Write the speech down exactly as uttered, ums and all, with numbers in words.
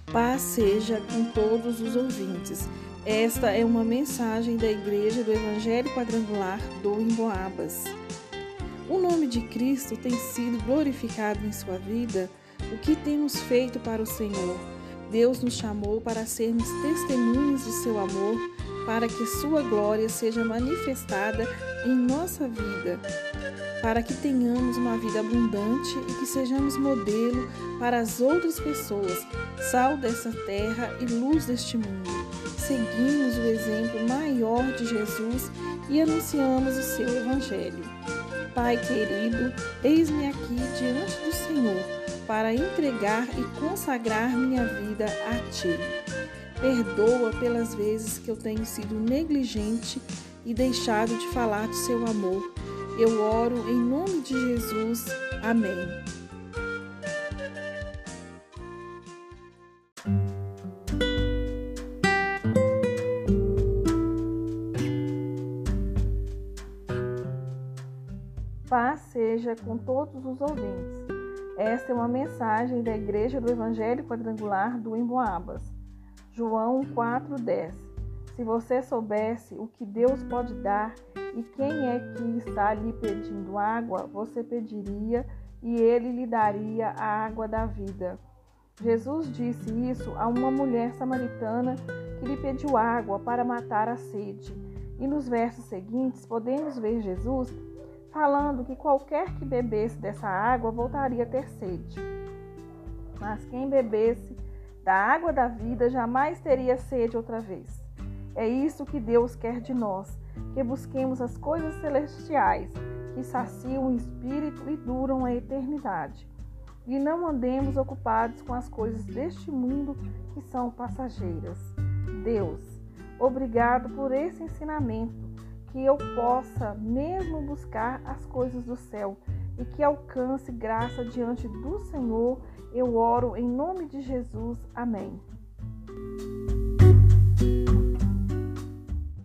Paz seja com todos os ouvintes. Esta é uma mensagem da Igreja do Evangelho Quadrangular do Emboabas. O nome de Cristo tem sido glorificado em sua vida. O que temos feito para o Senhor? Deus nos chamou para sermos testemunhas de seu amor, para que sua glória seja manifestada em nossa vida, para que tenhamos uma vida abundante e que sejamos modelo para as outras pessoas, sal dessa terra e luz deste mundo. Seguimos o exemplo maior de Jesus e anunciamos o seu Evangelho. Pai querido, eis-me aqui diante do Senhor para entregar e consagrar minha vida a Ti. Perdoa pelas vezes que eu tenho sido negligente e deixado de falar do seu amor. Eu oro em nome de Jesus. Amém. Paz seja com todos os ouvintes. Esta é uma mensagem da Igreja do Evangelho Quadrangular do Emboabas. João quatro, dez. Se você soubesse o que Deus pode dar e quem é que está lhe pedindo água, você pediria e ele lhe daria a água da vida. Jesus disse isso a uma mulher samaritana que lhe pediu água para matar a sede. E nos versos seguintes podemos ver Jesus falando que qualquer que bebesse dessa água voltaria a ter sede. Mas quem bebesse da água da vida jamais teria sede outra vez. É isso que Deus quer de nós, que busquemos as coisas celestiais, que saciam o espírito e duram a eternidade. E não andemos ocupados com as coisas deste mundo que são passageiras. Deus, obrigado por esse ensinamento, que eu possa mesmo buscar as coisas do céu e que alcance graça diante do Senhor. Eu oro em nome de Jesus. Amém.